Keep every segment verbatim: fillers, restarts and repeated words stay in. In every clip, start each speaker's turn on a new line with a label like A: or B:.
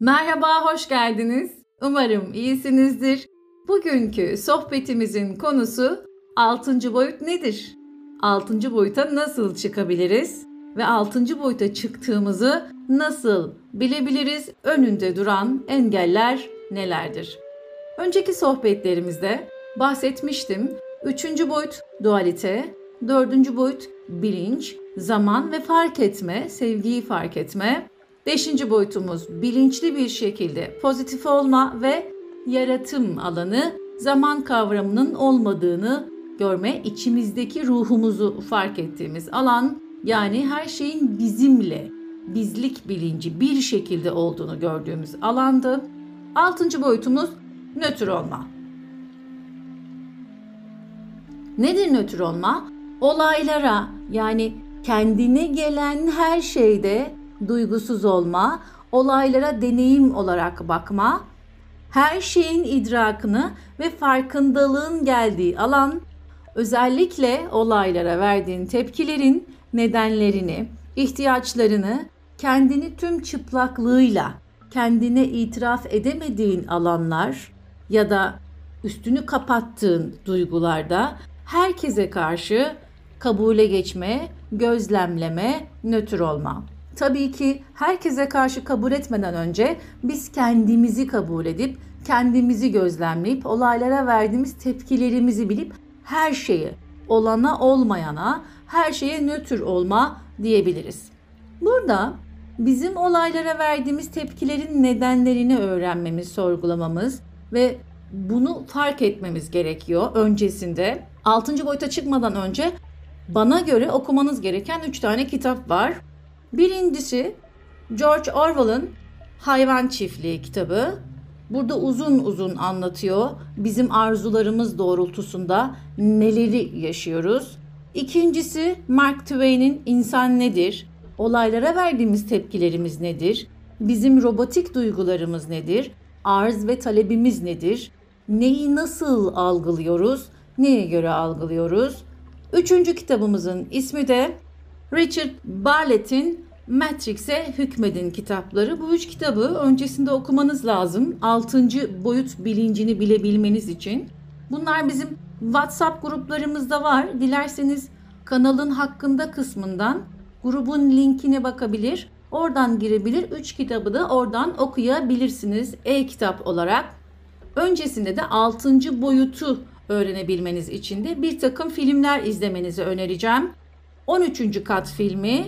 A: Merhaba, hoş geldiniz. Umarım iyisinizdir. Bugünkü sohbetimizin konusu altıncı boyut nedir? altıncı boyuta nasıl çıkabiliriz? Ve altıncı boyuta çıktığımızı nasıl bilebiliriz? Önünde duran engeller nelerdir? Önceki sohbetlerimizde bahsetmiştim. Üçüncü boyut dualite, dördüncü boyut bilinç, zaman ve fark etme, sevgiyi fark etme. Beşinci boyutumuz bilinçli bir şekilde pozitif olma ve yaratım alanı, zaman kavramının olmadığını görme, içimizdeki ruhumuzu fark ettiğimiz alan, yani her şeyin bizimle, bizlik bilinci bir şekilde olduğunu gördüğümüz alandı. Altıncı boyutumuz nötr olma. Nedir nötr olma? Olaylara, yani kendine gelen her şeyde duygusuz olma, olaylara deneyim olarak bakma, her şeyin idrakını ve farkındalığın geldiği alan, özellikle olaylara verdiğin tepkilerin nedenlerini, ihtiyaçlarını kendini tüm çıplaklığıyla kendine itiraf edemediğin alanlar ya da üstünü kapattığın duygularda herkese karşı kabule geçme, gözlemleme, nötr olma. Tabii ki herkese karşı kabul etmeden önce biz kendimizi kabul edip, kendimizi gözlemleyip, olaylara verdiğimiz tepkilerimizi bilip her şeyi, olana olmayana, her şeye nötr olma diyebiliriz. Burada bizim olaylara verdiğimiz tepkilerin nedenlerini öğrenmemiz, sorgulamamız ve bunu fark etmemiz gerekiyor öncesinde. Altıncı boyuta çıkmadan önce bana göre okumanız gereken üç tane kitap var. Birincisi George Orwell'ın Hayvan Çiftliği kitabı. Burada uzun uzun anlatıyor bizim arzularımız doğrultusunda neleri yaşıyoruz. İkincisi Mark Twain'in İnsan Nedir? Olaylara verdiğimiz tepkilerimiz nedir? Bizim robotik duygularımız nedir? Arz ve talebimiz nedir? Neyi nasıl algılıyoruz? Neye göre algılıyoruz? Üçüncü kitabımızın ismi de Richard Bartlett'in Matrix'e Hükmedin kitapları. Bu üç kitabı öncesinde okumanız lazım. Altıncı boyut bilincini bilebilmeniz için. Bunlar bizim WhatsApp gruplarımızda var. Dilerseniz kanalın hakkında kısmından grubun linkine bakabilir. Oradan girebilir. Üç kitabı da oradan okuyabilirsiniz e-kitap olarak. Öncesinde de altıncı boyutu öğrenebilmeniz için de bir takım filmler izlemenizi önereceğim. on üçüncü kat filmi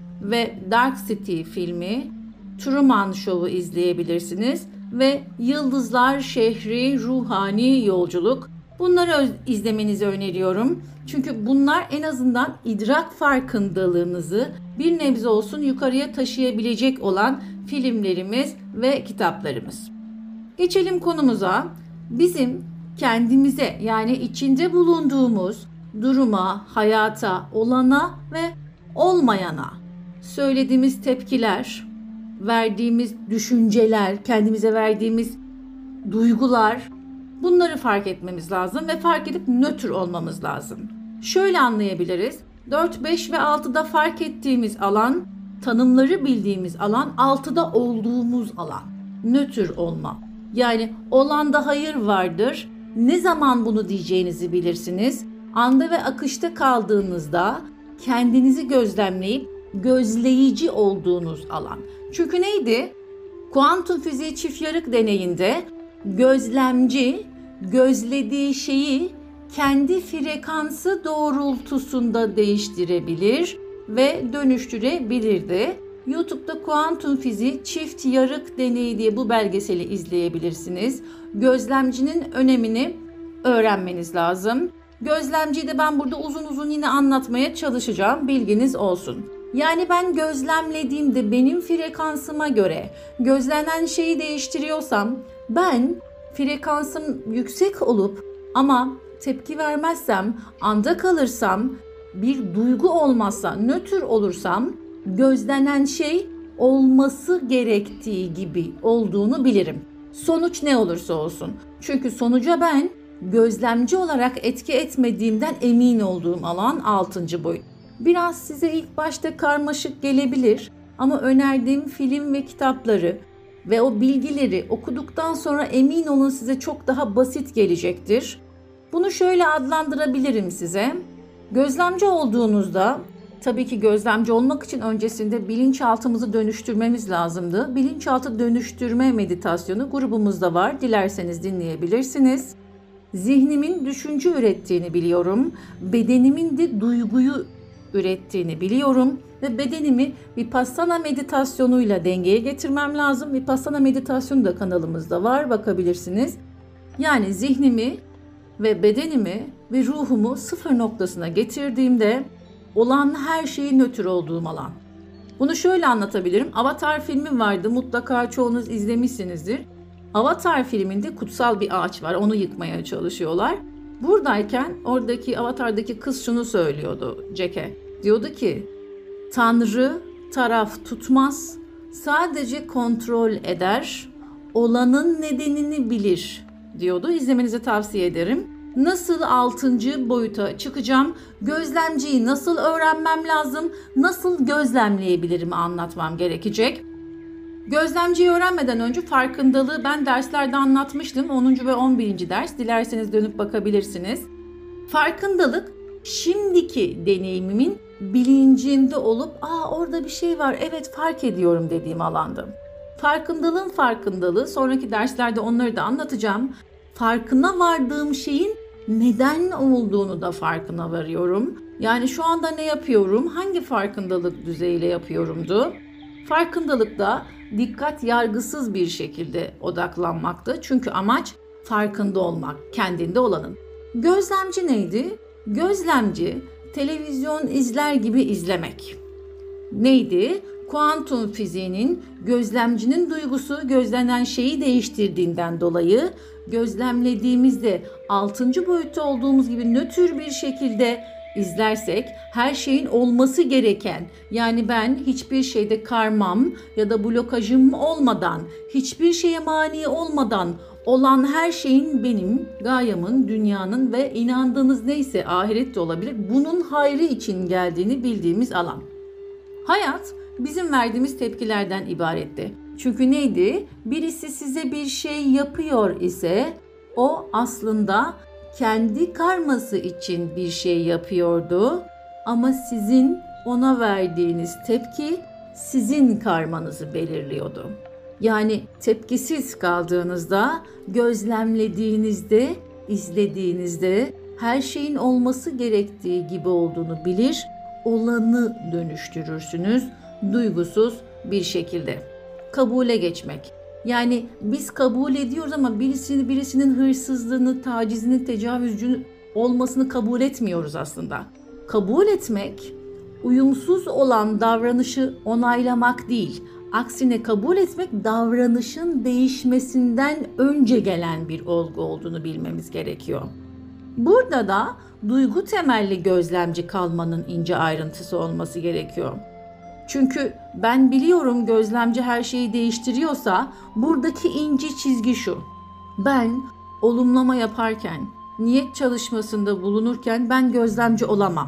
A: ve Dark City filmi, Truman Show'u izleyebilirsiniz ve Yıldızlar Şehri Ruhani Yolculuk. Bunları izlemenizi öneriyorum. Çünkü bunlar en azından idrak farkındalığınızı bir nebze olsun yukarıya taşıyabilecek olan filmlerimiz ve kitaplarımız. Geçelim konumuza. Bizim kendimize, yani içinde bulunduğumuz duruma, hayata, olana ve olmayana söylediğimiz tepkiler, verdiğimiz düşünceler, kendimize verdiğimiz duygular, bunları fark etmemiz lazım ve fark edip nötr olmamız lazım. Şöyle anlayabiliriz. dört, beş ve altıda fark ettiğimiz alan, tanımları bildiğimiz alan, altıda olduğumuz alan. Nötr olma. Yani olanda hayır vardır. Ne zaman bunu diyeceğinizi bilirsiniz. Anda ve akışta kaldığınızda kendinizi gözlemleyip gözleyici olduğunuz alan. Çünkü neydi? Kuantum fiziği çift yarık deneyinde gözlemci gözlediği şeyi kendi frekansı doğrultusunda değiştirebilir ve dönüştürebilirdi. YouTube'da kuantum fiziği çift yarık deneyi diye bu belgeseli izleyebilirsiniz. Gözlemcinin önemini öğrenmeniz lazım. Gözlemciyi de ben burada uzun uzun yine anlatmaya çalışacağım. Bilginiz olsun. Yani ben gözlemlediğimde benim frekansıma göre gözlenen şeyi değiştiriyorsam, ben frekansım yüksek olup ama tepki vermezsem, anda kalırsam, bir duygu olmazsa, nötr olursam gözlenen şey olması gerektiği gibi olduğunu bilirim. Sonuç ne olursa olsun. Çünkü sonuca ben gözlemci olarak etki etmediğimden emin olduğum alan altıncı boyut. Biraz size ilk başta karmaşık gelebilir ama önerdiğim film ve kitapları ve o bilgileri okuduktan sonra emin olun size çok daha basit gelecektir. Bunu şöyle adlandırabilirim size. Gözlemci olduğunuzda, tabii ki gözlemci olmak için öncesinde bilinçaltımızı dönüştürmemiz lazımdı. Bilinçaltı dönüştürme meditasyonu grubumuzda var. Dilerseniz dinleyebilirsiniz. Zihnimin düşünce ürettiğini biliyorum. Bedenimin de duyguyu ürettiğini biliyorum. Ve bedenimi Vipassana meditasyonuyla dengeye getirmem lazım. Vipassana meditasyonu da kanalımızda var. Bakabilirsiniz. Yani zihnimi ve bedenimi ve ruhumu sıfır noktasına getirdiğimde olan her şeyi nötr olduğum alan. Bunu şöyle anlatabilirim. Avatar filmi vardı. Mutlaka çoğunuz izlemişsinizdir. Avatar filminde kutsal bir ağaç var. Onu yıkmaya çalışıyorlar. Buradayken oradaki Avatar'daki kız şunu söylüyordu Jack'e. Diyordu ki Tanrı taraf tutmaz. Sadece kontrol eder. Olanın nedenini bilir diyordu. İzlemenizi tavsiye ederim. Nasıl altıncı boyuta çıkacağım? Gözlemciyi nasıl öğrenmem lazım? Nasıl gözlemleyebilirim anlatmam gerekecek. Gözlemciyi öğrenmeden önce farkındalığı ben derslerde anlatmıştım. onuncu ve on birinci ders. Dilerseniz dönüp bakabilirsiniz. Farkındalık şimdiki deneyimimin bilincinde olup aa orada bir şey var evet fark ediyorum dediğim alandı. Farkındalığın farkındalığı sonraki derslerde onları da anlatacağım. Farkına vardığım şeyin neden olduğunu da farkına varıyorum. Yani şu anda ne yapıyorum? Hangi farkındalık düzeyiyle yapıyorumdu? Farkındalıkta dikkat yargısız bir şekilde odaklanmaktı. Çünkü amaç farkında olmak, kendinde olanın. Gözlemci neydi? Gözlemci televizyon izler gibi izlemek. Neydi? Kuantum fiziğinin gözlemcinin duygusu gözlenen şeyi değiştirdiğinden dolayı gözlemlediğimizde altıncı boyutta olduğumuz gibi nötr bir şekilde izlersek her şeyin olması gereken, yani ben hiçbir şeyde karmam ya da blokajım olmadan, hiçbir şeye mani olmadan olan her şeyin benim, gayamın, dünyanın ve inandığınız neyse ahiret de olabilir, bunun hayrı için geldiğini bildiğimiz alan. Hayat bizim verdiğimiz tepkilerden ibaretti. Çünkü neydi? Birisi size bir şey yapıyor ise o aslında kendi karması için bir şey yapıyordu. Ama sizin ona verdiğiniz tepki sizin karmanızı belirliyordu. Yani tepkisiz kaldığınızda, gözlemlediğinizde, izlediğinizde her şeyin olması gerektiği gibi olduğunu bilir, olanı dönüştürürsünüz duygusuz bir şekilde. Kabule geçmek. Yani biz kabul ediyoruz ama birisini, birisinin hırsızlığını, tacizini, tecavüzcü olmasını kabul etmiyoruz aslında. Kabul etmek, uyumsuz olan davranışı onaylamak değil. Aksine kabul etmek davranışın değişmesinden önce gelen bir olgu olduğunu bilmemiz gerekiyor. Burada da duygu temelli gözlemci kalmanın ince ayrıntısı olması gerekiyor. Çünkü ben biliyorum gözlemci her şeyi değiştiriyorsa buradaki ince çizgi şu. Ben olumlama yaparken, niyet çalışmasında bulunurken ben gözlemci olamam.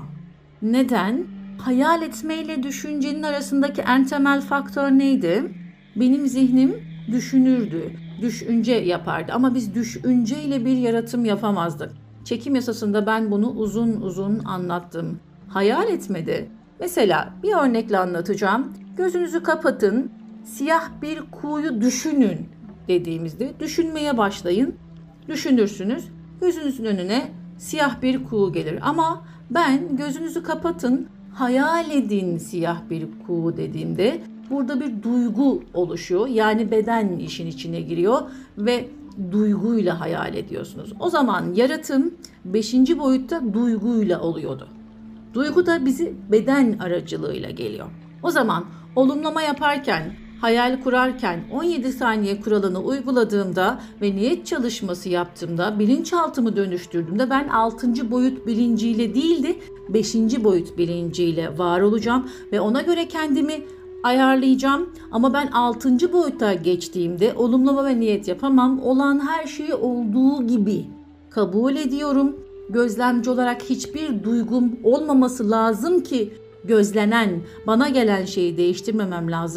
A: Neden? Hayal etmeyle düşüncenin arasındaki en temel faktör neydi? Benim zihnim düşünürdü, düşünce yapardı ama biz düşünceyle bir yaratım yapamazdık. Çekim yasasında ben bunu uzun uzun anlattım. Hayal etmedi. Mesela bir örnekle anlatacağım. Gözünüzü kapatın, siyah bir kuğuyu düşünün dediğimizde düşünmeye başlayın. Düşünürsünüz, gözünüzün önüne siyah bir kuğu gelir. Ama ben gözünüzü kapatın, hayal edin siyah bir kuğu dediğimde burada bir duygu oluşuyor. Yani beden işin içine giriyor ve duyguyla hayal ediyorsunuz. O zaman yaratım beşinci boyutta duyguyla oluyordu. Duygu da bizi beden aracılığıyla geliyor. O zaman olumlama yaparken, hayal kurarken on yedi saniye kuralını uyguladığımda ve niyet çalışması yaptığımda, bilinçaltımı dönüştürdüğümde ben altıncı boyut bilinciyle değil de beşinci boyut bilinciyle var olacağım ve ona göre kendimi ayarlayacağım. Ama ben altıncı boyuta geçtiğimde olumlama ve niyet yapamam. Olan her şeyi olduğu gibi kabul ediyorum. Gözlemci olarak hiçbir duygum olmaması lazım ki gözlenen, bana gelen şeyi değiştirmemem lazım.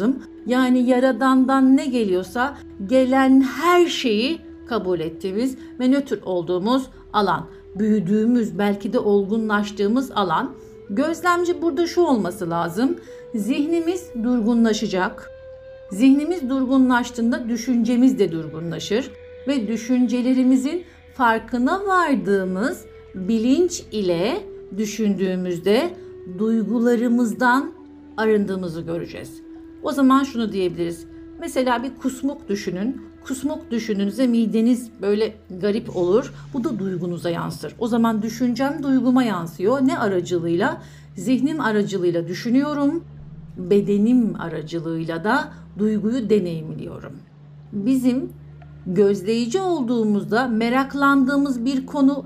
A: Yani Yaradan'dan ne geliyorsa gelen her şeyi kabul ettiğimiz ve nötr olduğumuz alan. Büyüdüğümüz, belki de olgunlaştığımız alan. Gözlemci burada şu olması lazım. Zihnimiz durgunlaşacak. Zihnimiz durgunlaştığında düşüncemiz de durgunlaşır ve düşüncelerimizin farkına vardığımız bilinç ile düşündüğümüzde duygularımızdan arındığımızı göreceğiz. O zaman şunu diyebiliriz. Mesela bir kusmuk düşünün. Kusmuk düşündüğünüzde mideniz böyle garip olur. Bu da duygunuza yansır. O zaman düşüncem duyguma yansıyor. Ne aracılığıyla? Zihnim aracılığıyla düşünüyorum. Bedenim aracılığıyla da duyguyu deneyimliyorum. Bizim gözleyici olduğumuzda meraklandığımız bir konu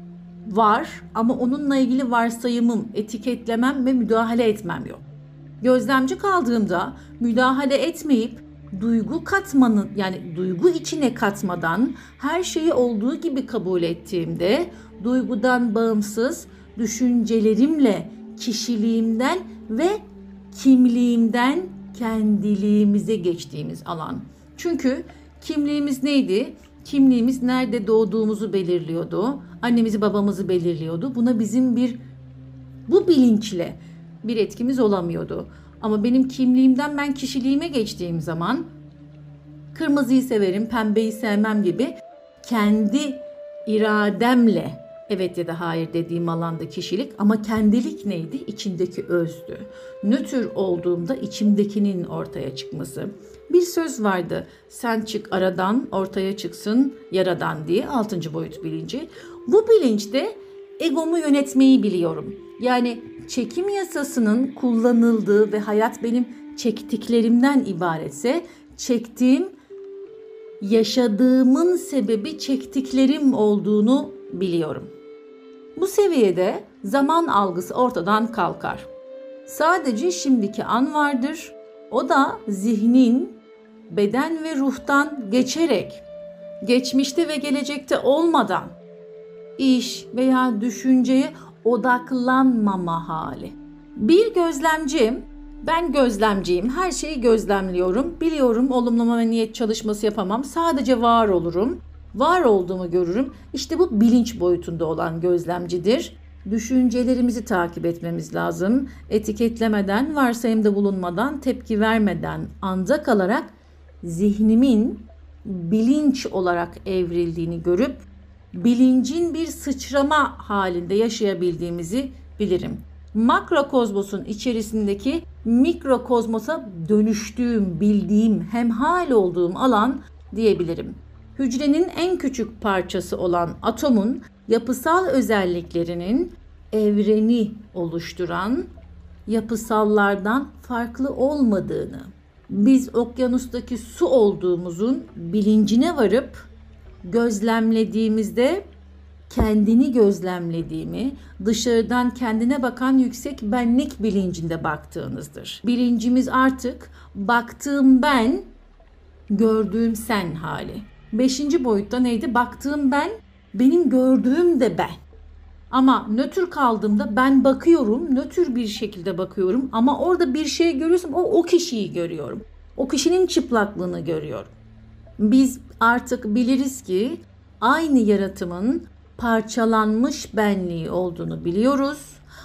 A: var ama onunla ilgili varsayımım, etiketlemem ve müdahale etmem yok. Gözlemci kaldığımda müdahale etmeyip duygu katmanın, yani duygu içine katmadan her şeyi olduğu gibi kabul ettiğimde duygudan bağımsız düşüncelerimle, kişiliğimden ve kimliğimden kendiliğimize geçtiğimiz alan. Çünkü kimliğimiz neydi? Kimliğimiz nerede doğduğumuzu belirliyordu. Annemizi babamızı belirliyordu. Buna bizim bir bu bilinçle bir etkimiz olamıyordu. Ama benim kimliğimden ben kişiliğime geçtiğim zaman kırmızıyı severim, pembeyi sevmem gibi kendi irademle evet ya da hayır dediğim alanda kişilik, ama kendilik neydi? İçindeki özdü. Nötr olduğumda içimdekinin ortaya çıkması. Bir söz vardı. Sen çık aradan, ortaya çıksın yaradan diye, altıncı boyut bilinci. Bu bilinçte egomu yönetmeyi biliyorum. Yani çekim yasasının kullanıldığı ve hayat benim çektiklerimden ibaretse, çektiğim, yaşadığımın sebebi çektiklerim olduğunu biliyorum. Bu seviyede zaman algısı ortadan kalkar. Sadece şimdiki an vardır. O da zihnin beden ve ruhtan geçerek, geçmişte ve gelecekte olmadan iş veya düşünceye odaklanmama hali. Bir gözlemci, ben gözlemciyim, her şeyi gözlemliyorum, biliyorum, olumlama ve niyet çalışması yapamam, sadece var olurum, var olduğumu görürüm. İşte bu bilinç boyutunda olan gözlemcidir. Düşüncelerimizi takip etmemiz lazım. Etiketlemeden, varsayımda bulunmadan, tepki vermeden, anda kalarak zihnimin bilinç olarak evrildiğini görüp bilincin bir sıçrama halinde yaşayabildiğimizi bilirim. Makrokozmosun içerisindeki mikrokozmosa dönüştüğüm, bildiğim, hemhal olduğum alan diyebilirim. Hücrenin en küçük parçası olan atomun yapısal özelliklerinin evreni oluşturan yapısallardan farklı olmadığını, biz okyanustaki su olduğumuzun bilincine varıp gözlemlediğimizde kendini gözlemlediğimi, dışarıdan kendine bakan yüksek benlik bilincinde baktığınızdır. Bilincimiz artık baktığım ben, gördüğüm sen hali. Beşinci boyutta neydi? Baktığım ben, benim gördüğüm de ben. Ama nötr kaldığımda ben bakıyorum, nötr bir şekilde bakıyorum ama orada bir şey görüyorsam o, o kişiyi görüyorum. O kişinin çıplaklığını görüyorum. Biz artık biliriz ki aynı yaratımın parçalanmış benliği olduğunu biliyoruz.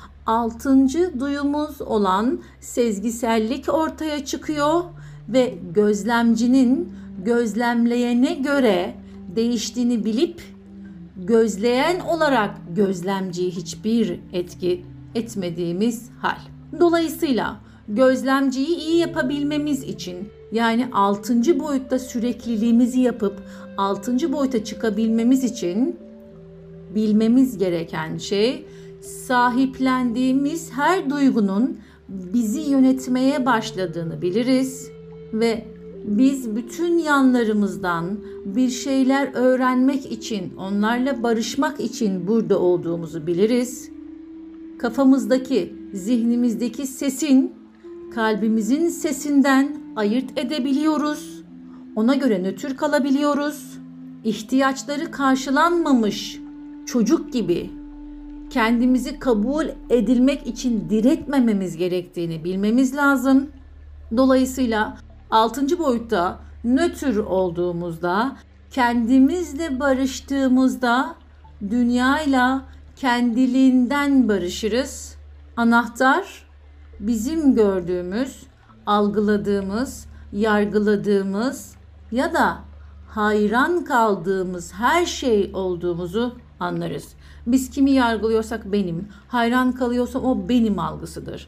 A: Altıncı duyumuz olan sezgisellik ortaya çıkıyor ve gözlemcinin gözlemleyene göre değiştiğini bilip gözleyen olarak gözlemciyi hiçbir etki etmediğimiz hal. Dolayısıyla gözlemciyi iyi yapabilmemiz için, yani altıncı boyutta sürekliliğimizi yapıp altıncı boyuta çıkabilmemiz için bilmemiz gereken şey, sahiplendiğimiz her duygunun bizi yönetmeye başladığını biliriz ve biz bütün yanlarımızdan bir şeyler öğrenmek için, onlarla barışmak için burada olduğumuzu biliriz. Kafamızdaki, zihnimizdeki sesin, kalbimizin sesinden ayırt edebiliyoruz. Ona göre nötr kalabiliyoruz. İhtiyaçları karşılanmamış çocuk gibi kendimizi kabul edilmek için diretmememiz gerektiğini bilmemiz lazım. Dolayısıyla Altıncı boyutta nötr olduğumuzda, kendimizle barıştığımızda dünyayla kendiliğinden barışırız. Anahtar bizim gördüğümüz, algıladığımız, yargıladığımız ya da hayran kaldığımız her şey olduğumuzu anlarız. Biz kimi yargılıyorsak benim, hayran kalıyorsam o benim algısıdır.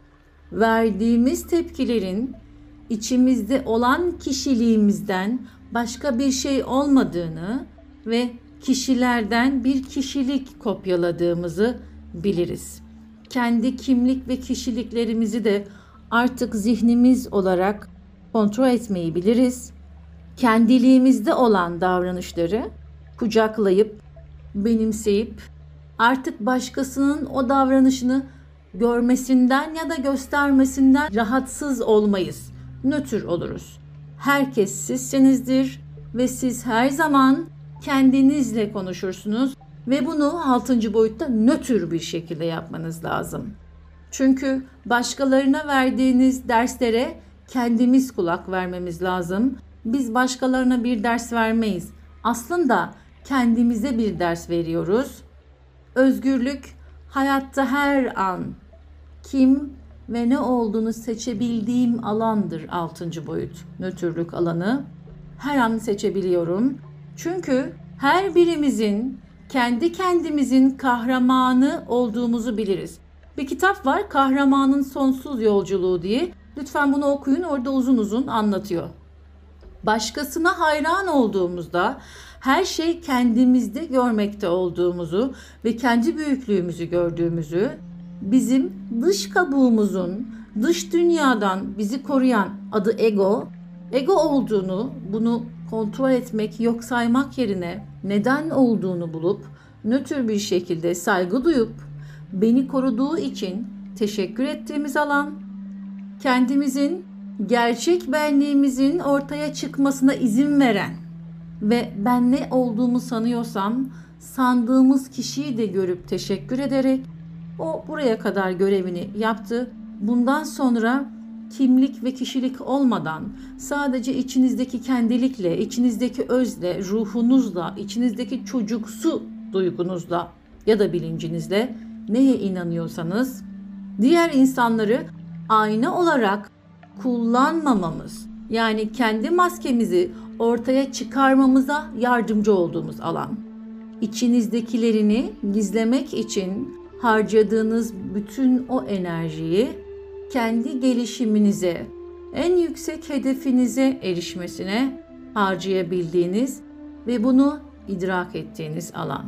A: Verdiğimiz tepkilerin içimizde olan kişiliğimizden başka bir şey olmadığını ve kişilerden bir kişilik kopyaladığımızı biliriz. Kendi kimlik ve kişiliklerimizi de artık zihnimiz olarak kontrol etmeyi biliriz. Kendiliğimizde olan davranışları kucaklayıp, benimseyip artık başkasının o davranışını görmesinden ya da göstermesinden rahatsız olmayız. Nötr oluruz. Herkes sizsinizdir ve siz her zaman kendinizle konuşursunuz ve bunu altıncı boyutta nötr bir şekilde yapmanız lazım. Çünkü başkalarına verdiğiniz derslere kendimiz kulak vermemiz lazım. Biz başkalarına bir ders vermeyiz. Aslında kendimize bir ders veriyoruz. Özgürlük hayatta her an kim ve ne olduğunu seçebildiğim alandır altıncı boyut. Nötrlük alanı. Her an seçebiliyorum. Çünkü her birimizin kendi kendimizin kahramanı olduğumuzu biliriz. Bir kitap var, Kahramanın Sonsuz Yolculuğu diye. Lütfen bunu okuyun, orada uzun uzun anlatıyor. Başkasına hayran olduğumuzda her şey kendimizde görmekte olduğumuzu ve kendi büyüklüğümüzü gördüğümüzü, bizim dış kabuğumuzun dış dünyadan bizi koruyan adı ego, ego olduğunu, bunu kontrol etmek, yok saymak yerine neden olduğunu bulup nötr bir şekilde saygı duyup beni koruduğu için teşekkür ettiğimiz alan, kendimizin gerçek benliğimizin ortaya çıkmasına izin veren ve ben ne olduğumu sanıyorsam sandığımız kişiyi de görüp teşekkür ederek o buraya kadar görevini yaptı. Bundan sonra kimlik ve kişilik olmadan sadece içinizdeki kendilikle, içinizdeki özle, ruhunuzla, içinizdeki çocuksu duygunuzla ya da bilincinizle neye inanıyorsanız diğer insanları ayna olarak kullanmamamız, yani kendi maskemizi ortaya çıkarmamıza yardımcı olduğumuz alan. İçinizdekilerini gizlemek için harcadığınız bütün o enerjiyi kendi gelişiminize, en yüksek hedefinize erişmesine harcayabildiğiniz ve bunu idrak ettiğiniz alan.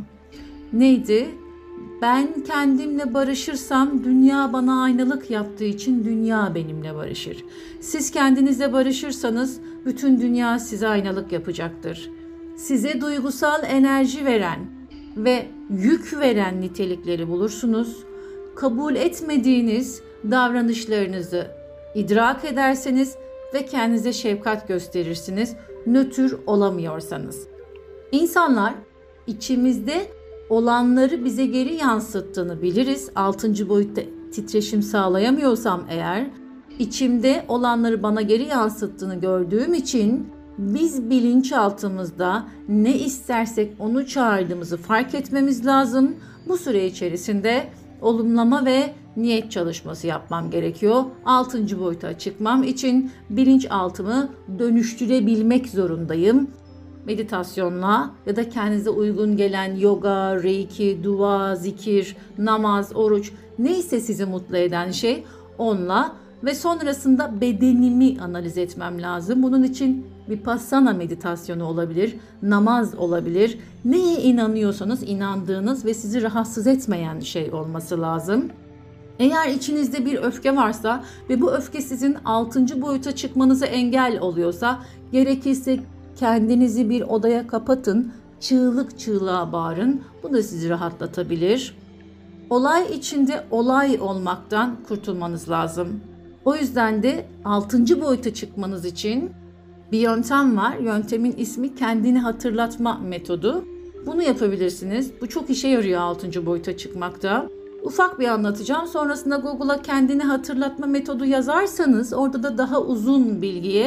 A: Neydi? Ben kendimle barışırsam dünya bana aynalık yaptığı için dünya benimle barışır. Siz kendinizle barışırsanız bütün dünya size aynalık yapacaktır. Size duygusal enerji veren ve yük veren nitelikleri bulursunuz. Kabul etmediğiniz davranışlarınızı idrak ederseniz ve kendinize şefkat gösterirsiniz. Nötr olamıyorsanız. İnsanlar içimizde olanları bize geri yansıttığını biliriz. Altıncı boyutta titreşim sağlayamıyorsam eğer, içimde olanları bana geri yansıttığını gördüğüm için biz bilinçaltımızda ne istersek onu çağırdığımızı fark etmemiz lazım. Bu süre içerisinde olumlama ve niyet çalışması yapmam gerekiyor. Altıncı boyuta çıkmam için bilinçaltımı dönüştürebilmek zorundayım. Meditasyonla ya da kendinize uygun gelen yoga, reiki, dua, zikir, namaz, oruç, neyse sizi mutlu eden şey onunla ve sonrasında bedenimi analiz etmem lazım. Bunun için vipassana meditasyonu olabilir, namaz olabilir. Neye inanıyorsanız inandığınız ve sizi rahatsız etmeyen şey olması lazım. Eğer içinizde bir öfke varsa ve bu öfke sizin altıncı boyuta çıkmanıza engel oluyorsa, gerekirse kendinizi bir odaya kapatın, çığlık çığlığa bağırın. Bu da sizi rahatlatabilir. Olay içinde olay olmaktan kurtulmanız lazım. O yüzden de altıncı boyuta çıkmanız için bir yöntem var. Yöntemin ismi kendini hatırlatma metodu. Bunu yapabilirsiniz. Bu çok işe yarıyor altıncı boyuta çıkmakta. Ufak bir anlatacağım. Sonrasında Google'a kendini hatırlatma metodu yazarsanız orada da daha uzun bilgiye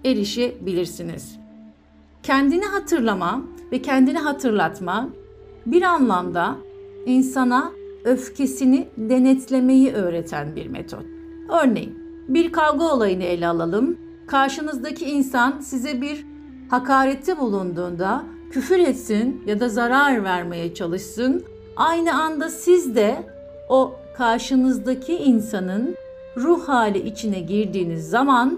A: erişebilirsiniz. Kendini hatırlama ve kendini hatırlatma bir anlamda insana öfkesini denetlemeyi öğreten bir metot. Örneğin bir kavga olayını ele alalım. Karşınızdaki insan size bir hakarette bulunduğunda küfür etsin ya da zarar vermeye çalışsın. Aynı anda siz de o karşınızdaki insanın ruh hali içine girdiğiniz zaman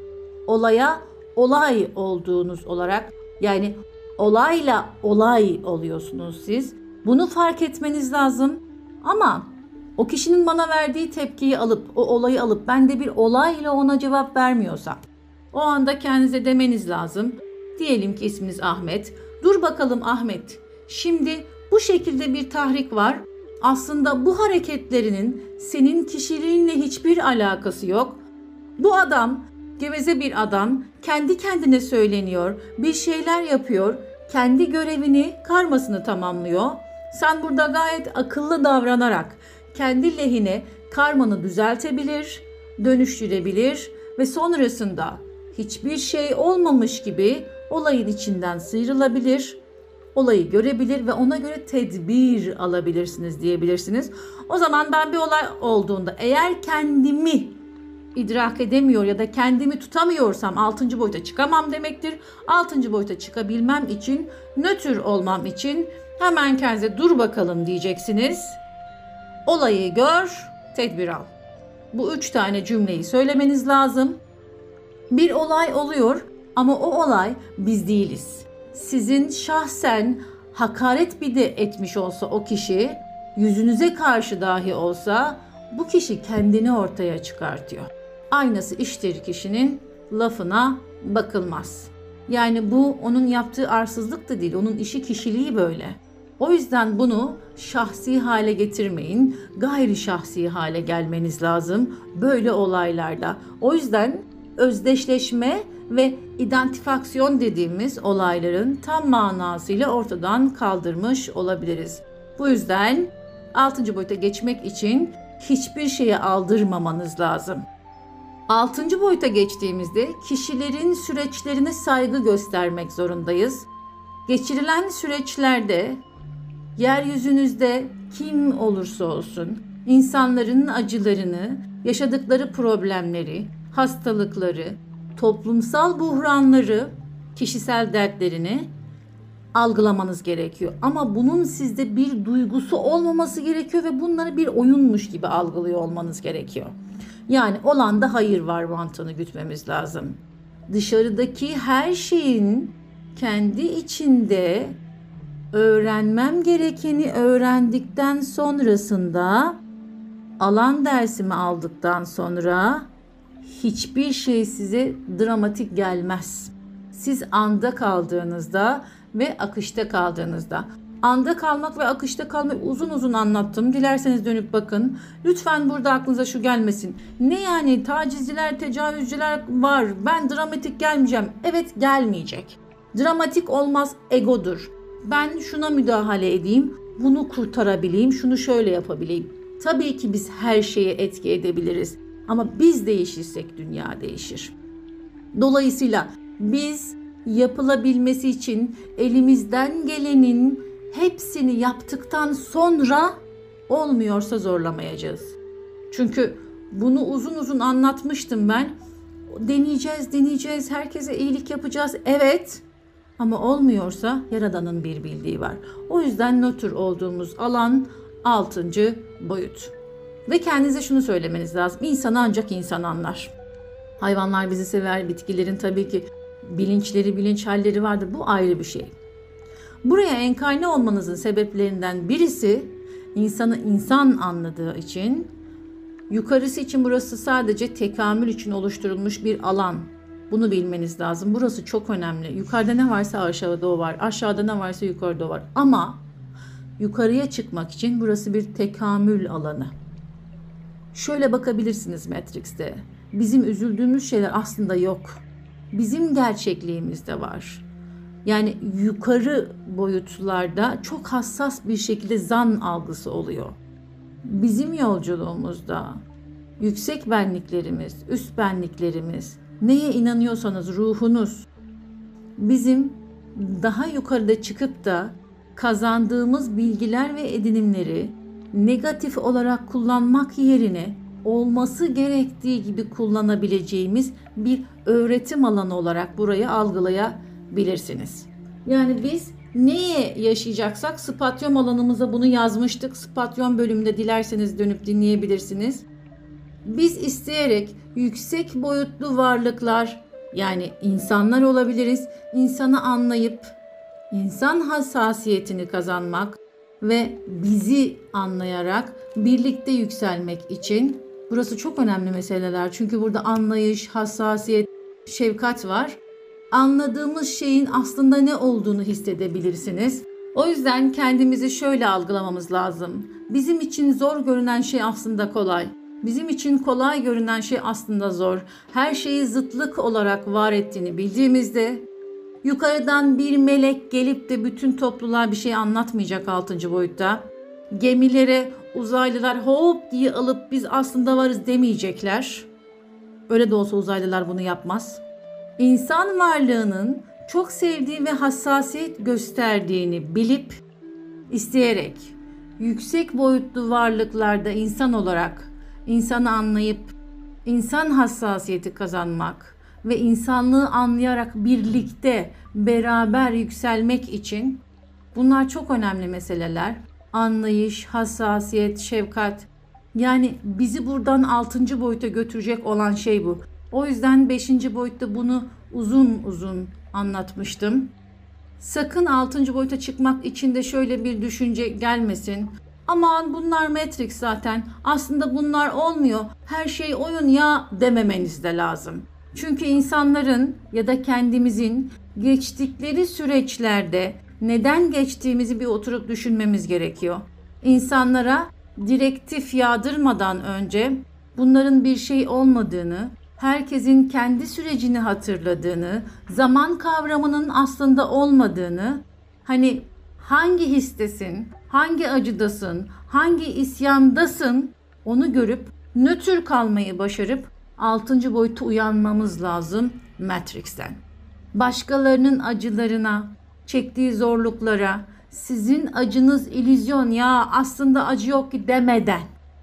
A: olaya olay olduğunuz olarak, yani olayla olay oluyorsunuz siz. Bunu fark etmeniz lazım. Ama o kişinin bana verdiği tepkiyi alıp, o olayı alıp ben de bir olayla ona cevap vermiyorsam, o anda kendinize demeniz lazım. Diyelim ki isminiz Ahmet. Dur bakalım Ahmet. Şimdi bu şekilde bir tahrik var. Aslında bu hareketlerinin senin kişiliğinle hiçbir alakası yok. Bu adam geveze bir adam, kendi kendine söyleniyor, bir şeyler yapıyor, kendi görevini, karmasını tamamlıyor. Sen burada gayet akıllı davranarak kendi lehine karmanı düzeltebilir, dönüştürebilir ve sonrasında hiçbir şey olmamış gibi olayın içinden sıyrılabilir, olayı görebilir ve ona göre tedbir alabilirsiniz diyebilirsiniz. O zaman ben bir olay olduğunda eğer kendimi idrak edemiyor ya da kendimi tutamıyorsam altıncı boyuta çıkamam demektir. altıncı boyuta çıkabilmem için, nötr olmam için hemen kendinize dur bakalım diyeceksiniz. Olayı gör, tedbir al. Bu üç tane cümleyi söylemeniz lazım. Bir olay oluyor ama o olay biz değiliz. Sizin şahsen hakaret bir de etmiş olsa o kişi, yüzünüze karşı dahi olsa bu kişi kendini ortaya çıkartıyor. Aynası iştir kişinin, lafına bakılmaz. Yani bu onun yaptığı arsızlık da değil, onun işi kişiliği böyle. O yüzden bunu şahsi hale getirmeyin, gayri şahsi hale gelmeniz lazım böyle olaylarda. O yüzden özdeşleşme ve identifikasyon dediğimiz olayların tam manasıyla ortadan kaldırmış olabiliriz. Bu yüzden altıncı boyuta geçmek için hiçbir şeye aldırmamanız lazım. altıncı boyuta geçtiğimizde kişilerin süreçlerine saygı göstermek zorundayız. Geçirilen süreçlerde yeryüzünüzde kim olursa olsun insanların acılarını, yaşadıkları problemleri, hastalıkları, toplumsal buhranları, kişisel dertlerini algılamanız gerekiyor. Ama bunun sizde bir duygusu olmaması gerekiyor ve bunları bir oyunmuş gibi algılıyor olmanız gerekiyor. Yani olanda hayır var mantığını gütmemiz lazım. Dışarıdaki her şeyin kendi içinde öğrenmem gerekeni öğrendikten sonrasında, alan dersimi aldıktan sonra hiçbir şey size dramatik gelmez. Siz anda kaldığınızda ve akışta kaldığınızda. Anda kalmak ve akışta kalmayı uzun uzun anlattım. Dilerseniz dönüp bakın. Lütfen burada aklınıza şu gelmesin. Ne yani tacizciler, tecavüzcüler var. Ben dramatik gelmeyeceğim. Evet, gelmeyecek. Dramatik olmaz, egodur. Ben şuna müdahale edeyim, bunu kurtarabileyim, şunu şöyle yapabileyim. Tabii ki biz her şeye etki edebiliriz. Ama biz değişirsek dünya değişir. Dolayısıyla biz yapılabilmesi için elimizden gelenin hepsini yaptıktan sonra olmuyorsa zorlamayacağız. Çünkü bunu uzun uzun anlatmıştım ben. Deneyeceğiz, deneyeceğiz, herkese iyilik yapacağız. Evet, ama olmuyorsa Yaradan'ın bir bildiği var. O yüzden nötr olduğumuz alan altıncı boyut. Ve kendinize şunu söylemeniz lazım. İnsanı ancak insan anlar. Hayvanlar bizi sever, bitkilerin tabii ki bilinçleri, bilinç halleri vardır. Bu ayrı bir şey. Buraya enkarne olmanızın sebeplerinden birisi insanı insan anladığı için, yukarısı için burası sadece tekamül için oluşturulmuş bir alan. Bunu bilmeniz lazım. Burası çok önemli. Yukarıda ne varsa aşağıda o var. Aşağıda ne varsa yukarıda o var. Ama yukarıya çıkmak için burası bir tekamül alanı. Şöyle bakabilirsiniz Matrix'te. Bizim üzüldüğümüz şeyler aslında yok. Bizim gerçekliğimizde var. Yani yukarı boyutlarda çok hassas bir şekilde zan algısı oluyor. Bizim yolculuğumuzda yüksek benliklerimiz, üst benliklerimiz neye inanıyorsanız ruhunuz, bizim daha yukarıda çıkıp da kazandığımız bilgiler ve edinimleri negatif olarak kullanmak yerine olması gerektiği gibi kullanabileceğimiz bir öğretim alanı olarak burayı algılayabilirsiniz. Yani biz neye yaşayacaksak Spatyum alanımıza bunu yazmıştık. Spatyum bölümünde dilerseniz dönüp dinleyebilirsiniz. Biz isteyerek yüksek boyutlu varlıklar, yani insanlar olabiliriz, insanı anlayıp insan hassasiyetini kazanmak ve bizi anlayarak birlikte yükselmek için, burası çok önemli meseleler çünkü burada anlayış, hassasiyet, şefkat var. Anladığımız şeyin aslında ne olduğunu hissedebilirsiniz. O yüzden kendimizi şöyle algılamamız lazım. Bizim için zor görünen şey aslında kolay. Bizim için kolay görünen şey aslında zor. Her şeyi zıtlık olarak var ettiğini bildiğimizde yukarıdan bir melek gelip de bütün topluluğa bir şey anlatmayacak altıncı boyutta. Gemilere uzaylılar hop diye alıp biz aslında varız demeyecekler. Öyle de olsa uzaylılar bunu yapmaz. İnsan varlığının çok sevdiği ve hassasiyet gösterdiğini bilip, isteyerek, yüksek boyutlu varlıklarda insan olarak insanı anlayıp, insan hassasiyeti kazanmak ve insanlığı anlayarak birlikte, beraber yükselmek için bunlar çok önemli meseleler. Anlayış, hassasiyet, şefkat. Yani bizi buradan altıncı boyuta götürecek olan şey bu. O yüzden beşinci boyutta bunu uzun uzun anlatmıştım. Sakın altıncı boyuta çıkmak için de şöyle bir düşünce gelmesin. Aman bunlar Matrix zaten. Aslında bunlar olmuyor. Her şey oyun ya dememeniz de lazım. Çünkü insanların ya da kendimizin geçtikleri süreçlerde neden geçtiğimizi bir oturup düşünmemiz gerekiyor. İnsanlara direktif yağdırmadan önce bunların bir şey olmadığını, herkesin kendi sürecini hatırladığını, zaman kavramının aslında olmadığını, hani hangi histesin, hangi acıdasın, hangi isyandasın onu görüp nötr kalmayı başarıp altıncı boyuta uyanmamız lazım Matrix'ten. Başkalarının acılarına, çektiği zorluklara, sizin acınız illüzyon ya aslında acı yok ki demeden,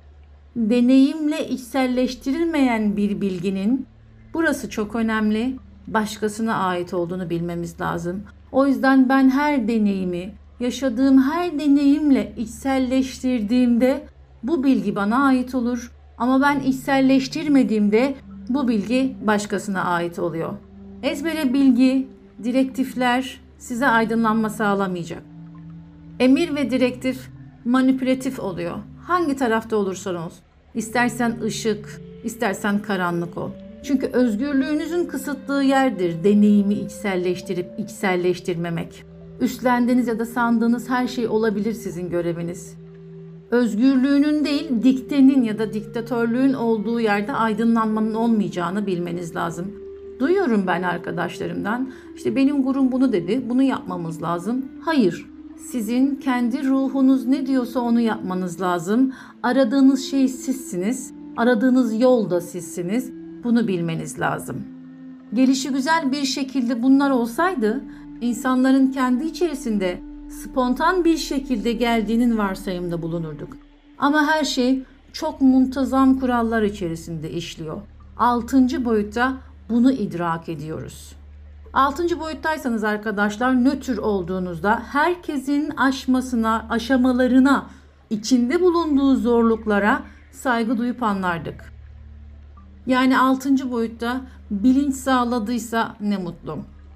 A: deneyimle içselleştirilmeyen bir bilginin, burası çok önemli, başkasına ait olduğunu bilmemiz lazım. O yüzden ben her deneyimi, yaşadığım her deneyimle içselleştirdiğimde bu bilgi bana ait olur. Ama ben içselleştirmediğimde bu bilgi başkasına ait oluyor. Ezbere bilgi, direktifler size aydınlanma sağlamayacak. Emir ve direktif manipülatif oluyor. Hangi tarafta olursan ol. İstersen ışık, istersen karanlık ol. Çünkü özgürlüğünüzün kısıtlığı yerdir deneyimi içselleştirip içselleştirmemek. Üstlendiğiniz ya da sandığınız her şey olabilir sizin göreviniz. Özgürlüğünün değil, diktenin ya da diktatörlüğün olduğu yerde aydınlanmanın olmayacağını bilmeniz lazım. Duyuyorum ben arkadaşlarımdan, işte benim gurum bunu dedi, bunu yapmamız lazım. Hayır, sizin kendi ruhunuz ne diyorsa onu yapmanız lazım. Aradığınız şey sizsiniz, aradığınız yol da sizsiniz. Bunu bilmeniz lazım. Gelişi güzel bir şekilde bunlar olsaydı, insanların kendi içerisinde spontan bir şekilde geldiğinin varsayımda bulunurduk. Ama her şey çok muntazam kurallar içerisinde işliyor. Altıncı boyutta bunu idrak ediyoruz. Altıncı boyuttaysanız arkadaşlar, nötr olduğunuzda herkesin aşmasına, aşamalarına, içinde bulunduğu zorluklara saygı duyup anlardık. Yani altıncı boyutta bilinç sağladıysa ne mutlu.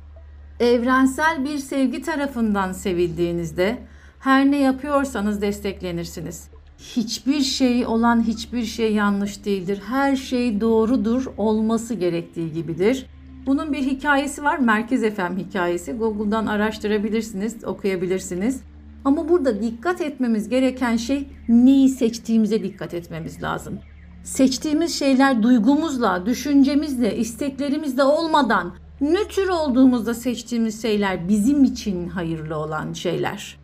A: Evrensel bir sevgi tarafından sevildiğinizde her ne yapıyorsanız desteklenirsiniz. Hiçbir şey olan hiçbir şey yanlış değildir. Her şey doğrudur, olması gerektiği gibidir. Bunun bir hikayesi var, Merkez F M hikayesi. Google'dan araştırabilirsiniz, okuyabilirsiniz. Ama burada dikkat etmemiz gereken şey neyi seçtiğimize dikkat etmemiz lazım. Seçtiğimiz şeyler duygumuzla, düşüncemizle, isteklerimizle olmadan nötr olduğumuzda seçtiğimiz şeyler bizim için hayırlı olan şeyler.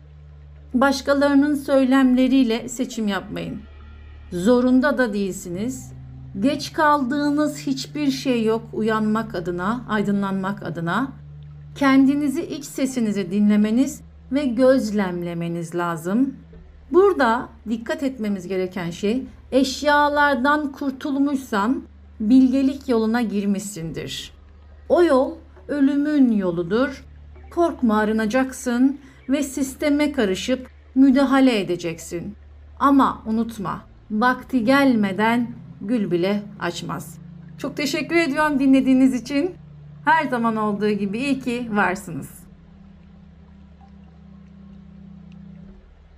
A: Başkalarının söylemleriyle seçim yapmayın. Zorunda da değilsiniz. Geç kaldığınız hiçbir şey yok uyanmak adına, aydınlanmak adına. Kendinizi, iç sesinizi dinlemeniz ve gözlemlemeniz lazım. Burada dikkat etmemiz gereken şey, eşyalardan kurtulmuşsan bilgelik yoluna girmişsindir. O yol ölümün yoludur. Korkma, arınacaksın ve sisteme karışıp müdahale edeceksin. Ama unutma, vakti gelmeden gül bile açmaz. Çok teşekkür ediyorum dinlediğiniz için. Her zaman olduğu gibi iyi ki varsınız.